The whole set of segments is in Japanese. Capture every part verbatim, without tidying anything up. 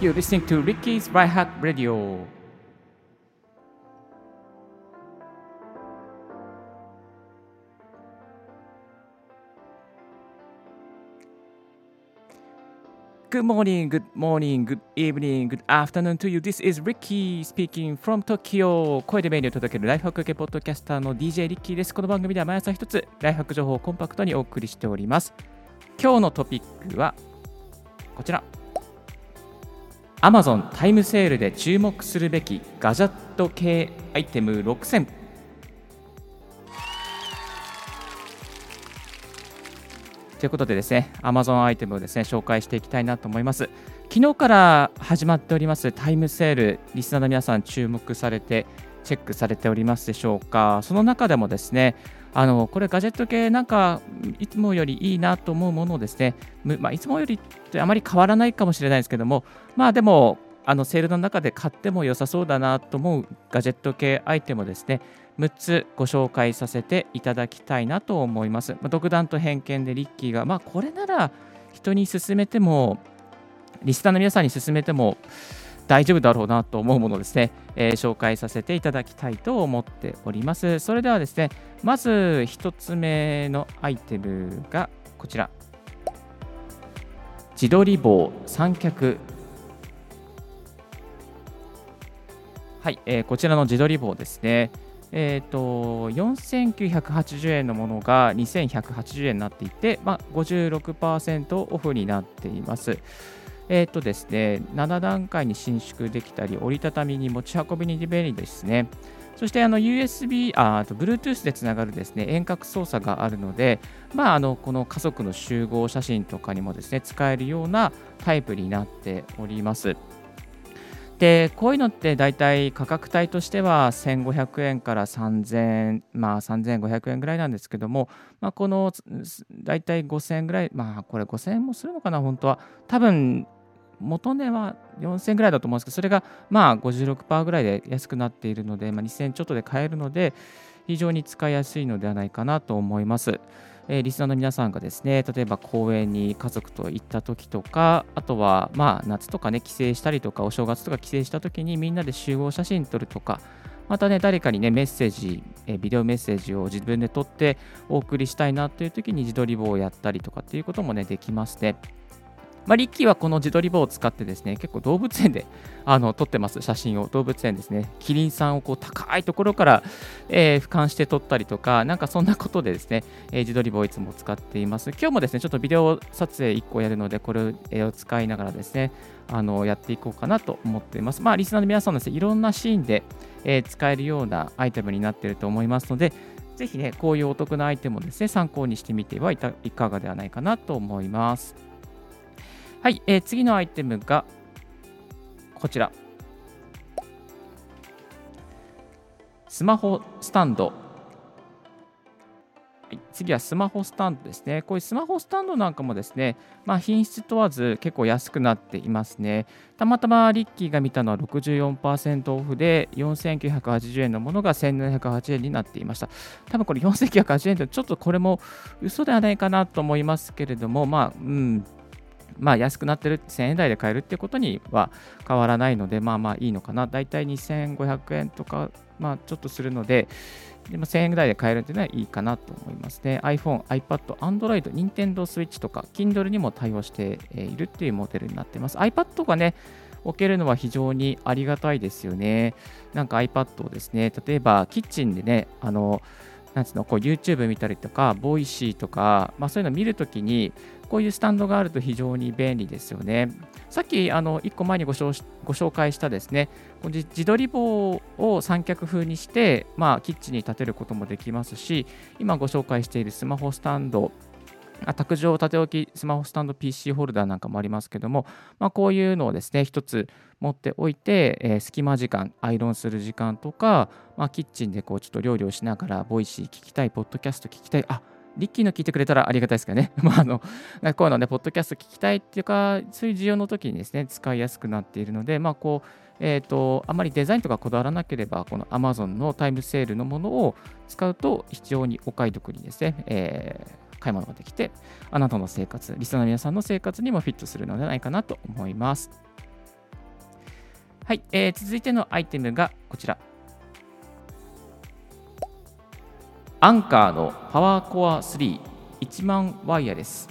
You're listening to Ricky's Right Hack Radio. Good morning, good morning, good evening, good afternoon to you. This is Ricky speaking from Tokyo. 声でメニューを届けるライフハック系ポッドキャスターの ディージェー リッキーです。この番組では毎朝一つライフハック情報をコンパクトにお送りしております。今日のトピックはこちら。Amazon タイムセールで注目するべきガジェット系アイテムろくせん。ということでですね、Amazon アイテムをですね、紹介していきたいなと思います。昨日から始まっておりますタイムセール、リスナーの皆さん注目されて、チェックされておりますでしょうか。その中でもですね、あのこれガジェット系なんかいつもよりいいなと思うものをですね、まあ、いつもよりってあまり変わらないかもしれないですけども、まあでもあのセールの中で買っても良さそうだなと思うガジェット系アイテムをですね、むっつご紹介させていただきたいなと思います。まあ、独断と偏見でリッキーが、まあこれなら人に勧めても、リスナーの皆さんに勧めても大丈夫だろうなと思うものをですね、えー、紹介させていただきたいと思っております。それではですね、まずひとつめのアイテムがこちら。自撮り棒三脚。はい、えー、こちらの自撮り棒ですね。えーと、よんせんきゅうひゃくはちじゅうえんのものがにせんひゃくはちじゅうえんになっていて、まあ、ごじゅうろくパーセント オフになっています。えーとですね、ななだんかいに伸縮できたり、折りたたみに持ち運びに便利ですね。そしてあの ユーエスビー、ああと Bluetooth でつながるですね、遠隔操作があるので、まあ、あのこの家族の集合写真とかにもですね、使えるようなタイプになっております。で、こういうのって大体価格帯としてはせんごひゃくえんからさんぜんえん、まあさんぜんごひゃくえんぐらいなんですけども、まあ、この大体ごせんえんぐらい、まあこれごせんえんもするのかな、本当は。多分元値はよんせんえんぐらいだと思うんですけど、それがまあ ごじゅうろくパーセント ぐらいで安くなっているので、まあ、にせんえんちょっとで買えるので、非常に使いやすいのではないかなと思います。えー、リスナーの皆さんがですね、例えば公園に家族と行った時とか、あとはまあ夏とかね、帰省したりとか、お正月とか帰省した時にみんなで集合写真撮るとか、またね、誰かにね、メッセージ、えー、ビデオメッセージを自分で撮ってお送りしたいなという時に自撮り棒をやったりとかっていうこともね、できますね。まあ、リッキーはこの自撮り棒を使ってですね、結構動物園であの撮ってます、写真を。動物園ですね。キリンさんをこう高いところから、えー、俯瞰して撮ったりとか、なんかそんなことでですね、えー、自撮り棒をいつも使っています。今日もですね、ちょっとビデオ撮影いっこやるので、これを使いながらですね、あのやっていこうかなと思っています。まあ、リスナーの皆さんのですね、いろんなシーンで、えー、使えるようなアイテムになっていると思いますので、ぜひね、こういうお得なアイテムをですね、参考にしてみてはいかがではないかなと思います。はい、えー、次のアイテムがこちら。スマホスタンド。はい、次はスマホスタンドですね。こういうスマホスタンドなんかもですね、まあ、品質問わず結構安くなっていますね。たまたまリッキーが見たのは ろくじゅうよんパーセント オフでよんせんきゅうひゃくはちじゅうえんのものがせんななひゃくはちじゅうえんになっていました。多分これよんせんきゅうひゃくはちじゅうえんってちょっとこれも嘘ではないかなと思いますけれども、まあ、うん。まあ安くなってるせんえん台で買えるってことには変わらないので、まあまあいいのかな。だいたいにせんごひゃくえんとか、まあちょっとするので、でもせんえん台で買えるっていうのはいいかなと思いますね。iPhone、iPad、Android、Nintendo Switch とか Kindle にも対応しているっていうモデルになっています。iPad がね、置けるのは非常にありがたいですよね。なんか iPad をですね、例えばキッチンでね、あの、なんつうの、こう YouTube 見たりとか、ボイシーとか、まあ、そういうのを見るときに、こういうスタンドがあると非常に便利ですよね。さっき、あの、いっこまえにご紹ご紹介したですね、この自撮り棒を三脚風にして、まあ、キッチンに立てることもできますし、今ご紹介しているスマホスタンド、卓上縦置きスマホスタンド ピーシー ホルダーなんかもありますけども、まあ、こういうのをですね、一つ持っておいて、えー、隙間時間、アイロンする時間とか、まあ、キッチンでこうちょっと料理をしながら、ボイシー聞きたい、ポッドキャスト聞きたい、あ、リッキーの聞いてくれたらありがたいですかね。まあ、あの、こういうのね、ポッドキャスト聞きたいっていうか、そういう需要の時にですね、使いやすくなっているので、まあ、こう、えーと、あまりデザインとかこだわらなければ、この Amazon のタイムセールのものを使うと、非常にお買い得にですね、えー買い物ができて、あなたの生活、リスナーの皆さんの生活にもフィットするのではないかなと思います。 はい、えー続いてのアイテムがこちら。アンカーのパワーコアスリーいちまんワイヤレス。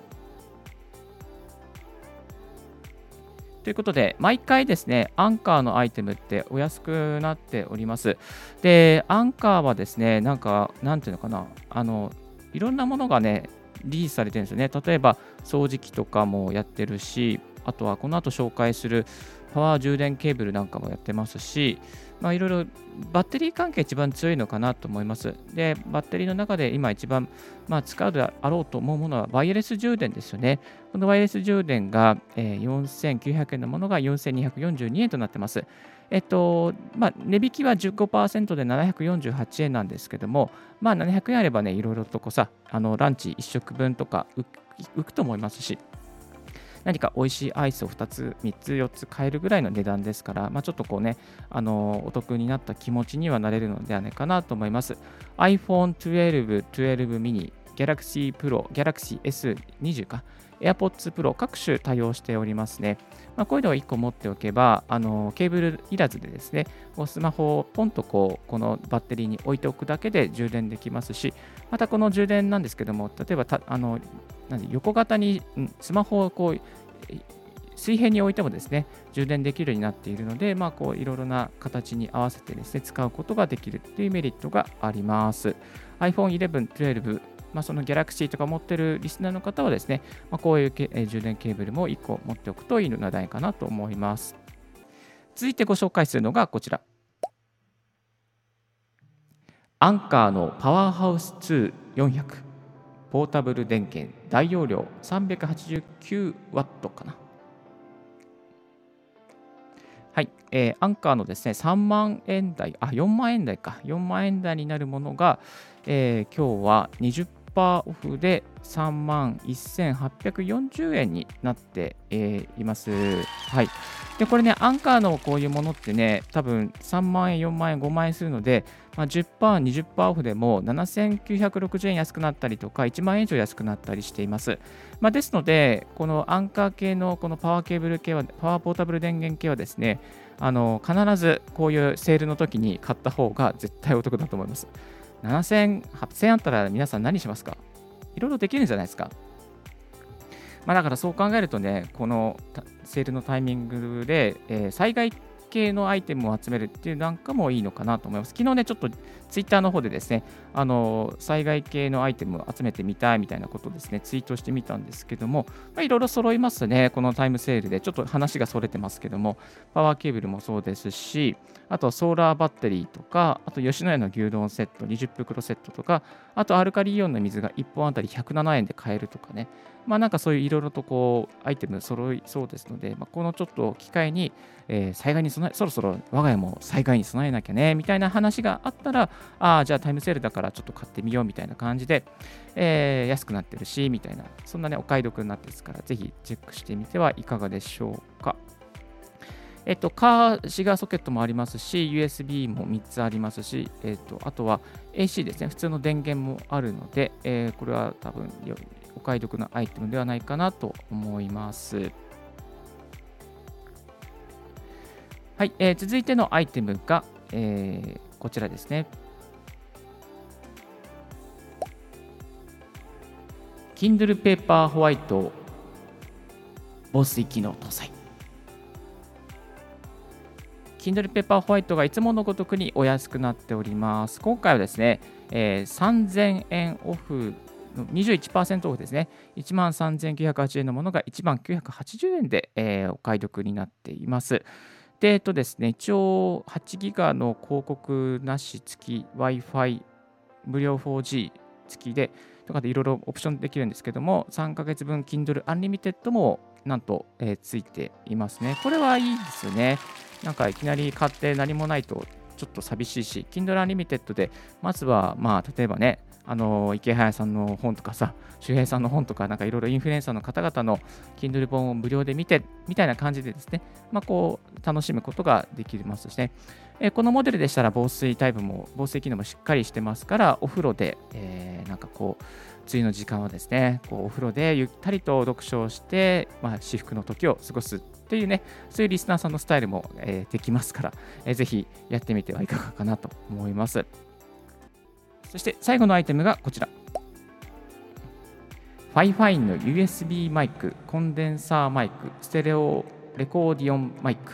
ということで、毎回ですね、アンカーのアイテムってお安くなっております。で、アンカーはですね、なんか、なんていうのかな、あの、いろんなものがね、リリースされてるんですよね。例えば、掃除機とかもやってるし、あとはこの後紹介するパワー充電ケーブルなんかもやってますし、まあ、いろいろバッテリー関係一番強いのかなと思います。で、バッテリーの中で今一番、まあ、使うであろうと思うものはワイヤレス充電ですよね。このワイヤレス充電が、えーよんせんきゅうひゃくえんのものがよんせんにひゃくよんじゅうにえんとなってます。えっと、まあ、値引きはじゅっパーセントでななひゃくよんじゅうはちえんなんですけども、まあ、ななひゃくえんあればね、いろいろとこうさ、あのランチいっしょくぶんとか浮く浮くと思いますし、何か美味しいアイスをふたつ、みっつ、よっつ買えるぐらいの値段ですから、まあ、ちょっとこうね、あのお得になった気持ちにはなれるのではないかなと思います。iPhone じゅうに、じゅうに mini、Galaxy Pro、Galaxy エスにじゅう か、AirPods Pro 各種対応しておりますね。まあ、こういうのをいっこ持っておけば、あのケーブルいらずでですね、こうスマホをポンとこうこのバッテリーに置いておくだけで充電できますし、またこの充電なんですけども、例えばたあのなんで横型にんスマホをこう水平に置いてもですね、充電できるようになっているので、まあ、こういろいろな形に合わせてですね、使うことができるというメリットがあります。iPhone じゅういち、じゅうに、まあ、その Galaxy とか持ってるリスナーの方はですね、まあ、こういうけ、えー充電ケーブルもいっこ持っておくといいのではないかなと思います。続いてご紹介するのがこちら。アンカーのパワーハウスツーよんひゃく。ポータブル電源、大容量 さんびゃくはちじゅうきゅうワット かな。はい、えーアンカーのですね、さんまんえん台、あ、よんまんえん台か、よんまんえん台になるものが、えー今日はにじゅっパーセントオフでさんまんせんはっぴゃくよんじゅうえんになって、えーいます。はい。で、これね、アンカーのこういうものってね、多分さんまんえん、よんまんえん、ごまんえんするので、まあ、じゅっパーセント、にじゅっパーセントオフでもななせんきゅうひゃくろくじゅうえん安くなったりとか、いちまんえん以上安くなったりしています。まあ、ですので、このアンカー系のこのパワーケーブル系は、パワーポータブル電源系はですね、あの必ずこういうセールの時に買った方が絶対お得だと思います。ななせん、はっせんあったら皆さん何しますか？いろいろできるんじゃないですか。まあ、だからそう考えるとね、このたセールのタイミングで、えー災害系のアイテムを集めるっていうなんかもいいのかなと思います。昨日ね、ちょっとツイッターの方でですね、あの災害系のアイテムを集めてみたいみたいなことをですね、ツイートしてみたんですけども、まあ、いろいろ揃いますね、このタイムセールで。ちょっと話がそれてますけども、パワーケーブルもそうですし、あとソーラーバッテリーとか、あと吉野家の牛丼セット、にじゅっぷくろセットとか、あとアルカリイオンの水がいっぽんあたりひゃくななえんで買えるとかね、まあなんかそういういろいろとこうアイテム揃いそうですので、まあ、このちょっと機会に、えー災害に備え、そろそろ我が家も災害に備えなきゃねみたいな話があったら、ああ、じゃあタイムセールだからちょっと買ってみようみたいな感じで、えー安くなってるしみたいな、そんなね、お買い得になってですから、ぜひチェックしてみてはいかがでしょうか。えっと、カーシガーソケットもありますし、ユーエスビー もみっつありますし、えっと、あとは エーシー ですね、普通の電源もあるので、えーこれは多分よお買い得なアイテムではないかなと思います。はい、えー続いてのアイテムが、えーこちらですね。Kindle Paperwhite 防水機能搭載。Kindle Paperwhite がいつものごとくにお安くなっております。今回はですね、えーさんぜんえんオフのにじゅういちパーセントオフですね。いちまんさんぜんきゅうひゃくはちじゅうえんのものがいちまんきゅうひゃくはちじゅうえんで、えーお買い得になっています。で、えっとですね、一応はちギガの広告なし付き Wi-Fi 無料 フォージー 付きで、とかでいろいろオプションできるんですけども、さんかげつぶん Kindle Unlimited もなんと、えーついていますね。これはいいですよね。なんかいきなり買って何もないとちょっと寂しいし、Kindle Unlimited で、まずは、まあ、例えばね、あの池早さんの本とかさ、周平さんの本とか、なんかいろいろインフルエンサーの方々の Kindle 本を無料で見て、みたいな感じでですね、まあ、こう、楽しむことができますしね。えーこのモデルでしたら防水タイプも、防水機能もしっかりしてますから、お風呂で、えーえー、なんかこう、梅雨の時間はですね、こうお風呂でゆったりと読書をして、まあ、至福の時を過ごすっていうね、そういうリスナーさんのスタイルも、えー、できますから、えー、ぜひやってみてはいかがかなと思います。そして最後のアイテムがこちら。ファイファインの ユーエスビー マイク、コンデンサーマイク、ステレオレコーディオンマイク。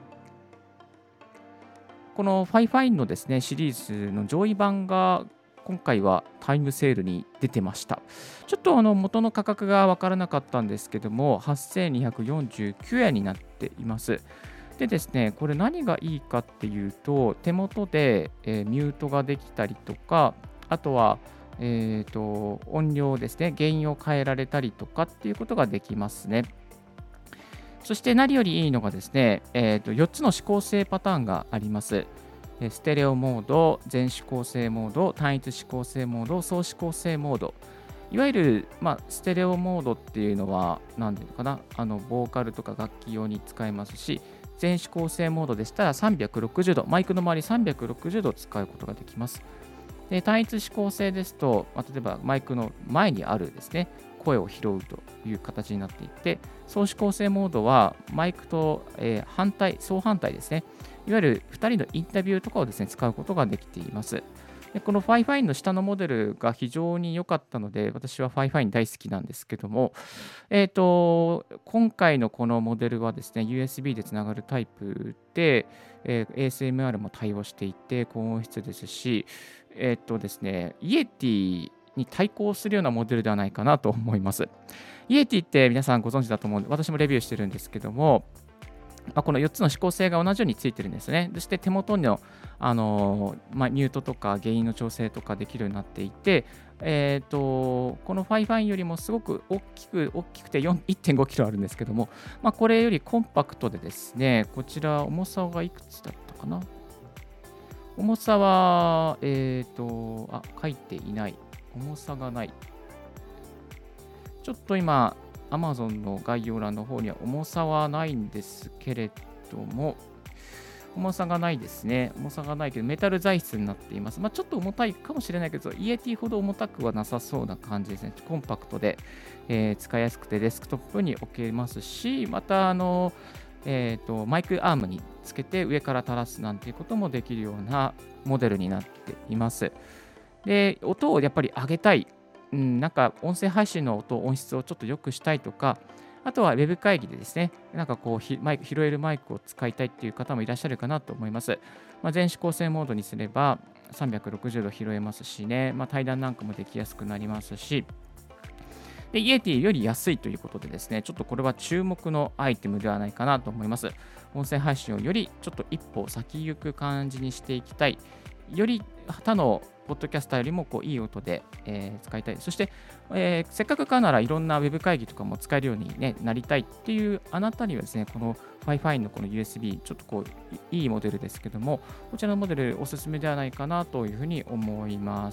このファイファインのですね、シリーズの上位版が今回はタイムセールに出てました。ちょっとあの元の価格が分からなかったんですけども、はっせんにひゃくよんじゅうきゅうえんになっています。でですね、これ何がいいかっていうと、手元で、えーミュートができたりとか、あとは、えーと音量ですね、原因を変えられたりとかっていうことができますね。そして何よりいいのがですね、えーとよっつの指向性パターンがあります。えーステレオモード、全指向性モード、単一指向性モード、総指向性モード。いわゆる、まあ、ステレオモードっていうのは、何ていうのかな、あのボーカルとか楽器用に使えますし、全指向性モードでしたらさんびゃくろくじゅうど、マイクの周りさんびゃくろくじゅうど使うことができます。で単一指向性ですと、まあ、例えばマイクの前にあるですね、声を拾うという形になっていて、総指向性モードはマイクと、えー反対、相反対ですね。いわゆるふたりのインタビューとかをですね、使うことができています。でこのファイファインの下のモデルが非常に良かったので、私はファイファイン大好きなんですけども、えーと、今回のこのモデルはですね、ユーエスビー でつながるタイプで、えー エーエスエムアール も対応していて、高音質ですし、えーとですね、イエティに対抗するようなモデルではないかなと思います。イエティって皆さんご存知だと思うんで、私もレビューしてるんですけども、まあ、このよっつの指向性が同じようについてるんですね。そして手元の、あのーまあ、ミュートとか原因の調整とかできるようになっていて、えーとこのファイファインよりもすごく大きく、大きくていってんごキロあるんですけども、まあ、これよりコンパクトでですね、こちら重さがいくつだったかな。重さは、えーと、あ、書いていない。重さがない。ちょっと今、Amazon の概要欄の方には重さはないんですけれども、重さがないですね。重さがないけど、メタル材質になっています。まあ、ちょっと重たいかもしれないけど、イーエーティー ほど重たくはなさそうな感じですね。コンパクトで、えー使いやすくてデスクトップに置けますし、また、あの、えーと、マイクアームにつけて上から垂らすなんていうこともできるようなモデルになっています。で、音をやっぱり上げたい。うん、なんか音声配信の音、音質をちょっと良くしたいとか、あとはウェブ会議でですね、なんかこうひマイク、拾えるマイクを使いたいっていう方もいらっしゃるかなと思います。まあ、全指向性モードにすればさんびゃくろくじゅうど拾えますしね、まあ、対談なんかもできやすくなりますし、で、イエティより安いということでですね、ちょっとこれは注目のアイテムではないかなと思います。音声配信をよりちょっと一歩先行く感じにしていきたい。より他のポッドキャスターよりもこういい音で、えー使いたい。そして、えーせっかく買うならいろんなウェブ会議とかも使えるように、ね、なりたいっていうあなたにはですね、この ファイファインのこの ユーエスビー、ちょっとこういいいモデルですけども、こちらのモデルおすすめではないかなというふうに思います。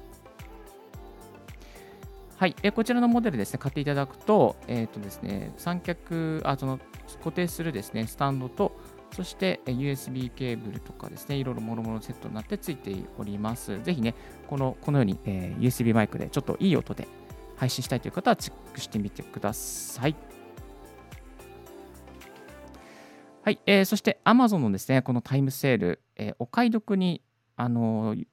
はい、えこちらのモデルですね、買っていただくと、えっ、とですね、三脚、あ、その固定するですね、スタンドと、そしてえ ユーエスビー ケーブルとかですね、いろいろもろもろセットになってついております。ぜひね、このこのように、えー ユーエスビー マイクでちょっといい音で配信したいという方はチェックしてみてください。はい、えーそして Amazon のですね、このタイムセール、えーお買い得に、あのー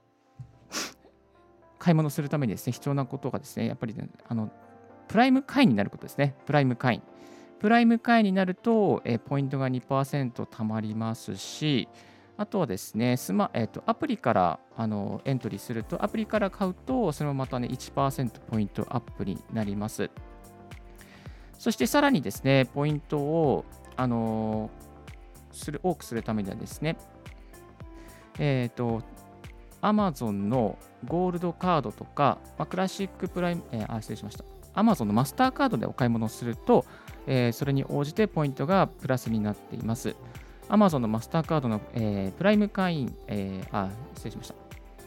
買い物するためにですね、必要なことがですね、やっぱりね、あの、プライム会員になることですね。プライム会員。プライム会員になると、えーポイントがにパーセント貯まりますし、あとはですね、スマえーとアプリからあのエントリーすると、アプリから買うと、それもまたね、いちパーセントポイントアップになります。そしてさらにですね、ポイントを、あのする多くするためにはですね、えっ、と、Amazon のゴールドカードとか、まあ、クラシックプライム、えーあ、失礼しました。Amazon のマスターカードでお買い物をすると、えーそれに応じてポイントがプラスになっています。Amazon のマスターカードの、えープライム会員、えーあ、失礼しました。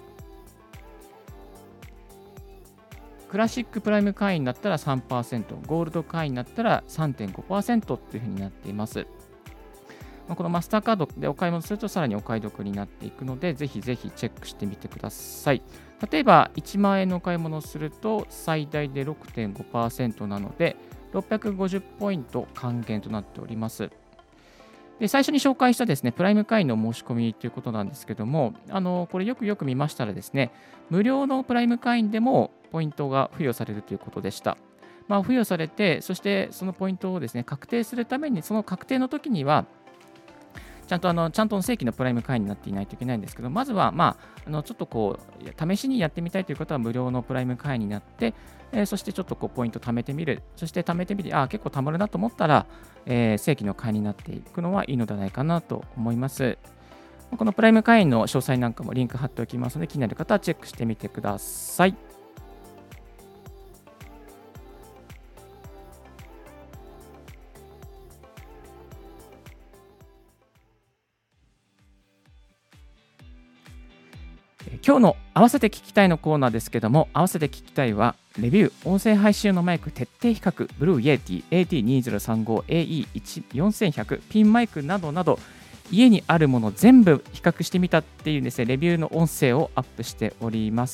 クラシックプライム会員だったらさんパーセント、ゴールド会員だったらさんてんごパーセントっていうふうになっています。 まあ、このマスターカードでお買い物するとさらにお買い得になっていくので、ぜひぜひチェックしてみてください。例えばいちまん円のお買い物をすると最大で ろくてんごパーセント なのでろっぴゃくごじゅうポイント還元となっております。で最初に紹介したですね、プライム会員の申し込みということなんですけども、あのこれよくよく見ましたらですね、無料のプライム会員でもポイントが付与されるということでした。まあ、付与されて、そしてそのポイントをですね、確定するために、その確定の時には、ちゃんとあのちゃんと正規のプライム会員になっていないといけないんですけど、まずは、まあ、あのちょっとこう試しにやってみたいという方は無料のプライム会員になって、えーそしてちょっとこうポイント貯めてみる、そして貯めてみて、ああ、結構貯まるなと思ったら、えー正規の会員になっていくのはいいのではないかなと思います。このプライム会員の詳細なんかもリンク貼っておきますので、気になる方はチェックしてみてください。今日の合わせて聞きたいのコーナーですけども、合わせて聞きたいは、レビュー、音声配信用のマイク徹底比較、ブルーイエティ エーティーにせんさんじゅうごエーイーよんせんひゃく、ピンマイクなどなど、家にあるもの全部比較してみたっていうですね、レビューの音声をアップしております。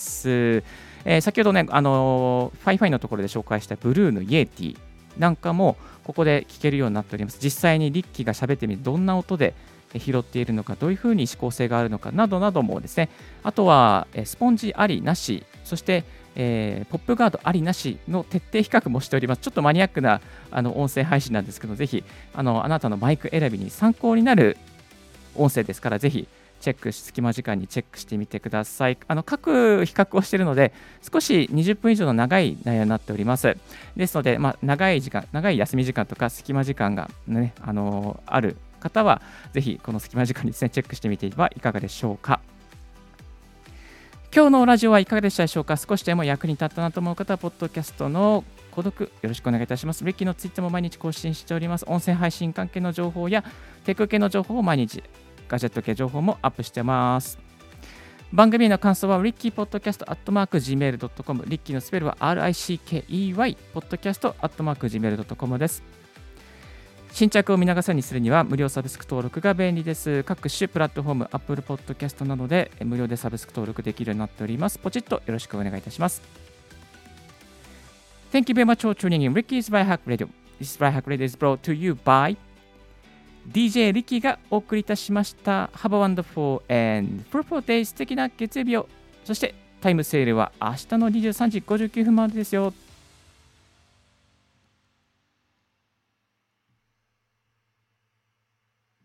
えー先ほどね、あのー、Fi-Fi のところで紹介したブルーのイエティなんかも、ここで聞けるようになっております。実際にリッキーが喋ってみて、どんな音で拾っているのか、どういうふうに指向性があるのかなどなどもですね、あとはえースポンジありなし、そして、えーポップガードありなしの徹底比較もしております。ちょっとマニアックなあの音声配信なんですけど、ぜひあのあなたのマイク選びに参考になる音声ですから、ぜひチェックし、隙間時間にチェックしてみてください。あの各比較をしているので、少しにじゅっぷん以上の長い内容になっております。ですので、まあ、長い時間、長い休み時間とか隙間時間が、ね、あのある方は、ぜひこの隙間時間にですね、チェックしてみてはいかがでしょうか。今日のラジオはいかがでしたでしょうか。少しでも役に立ったなと思う方は、ポッドキャストの購読よろしくお願いいたします。リッキーのツイッターも毎日更新しております。音声配信関係の情報やテク系の情報を毎日、ガジェット系情報もアップしてます。番組への感想は、リッキーポッドキャストアットマーク ジーメールドットコム、リッキーのスペルは アールアイシーケーイーワイ、ポッドキャストアットマーク ジーメールドットコム です。新着を見逃さにするには無料サブスク登録が便利です。各種プラットフォーム、Apple Podcast などで無料でサブスク登録できるようになっております。ポチッとよろしくお願いいたします。Thank you very much for tuning in Ricky's Byhack Radio。This Byhack Radio is brought to you by ディージェー リッキーがお送りいたしました。Have a wonderful and fruitful day。素敵な月曜日を。そしてタイムセールは明日のにじゅうさんじごじゅうきゅうふんまでですよ。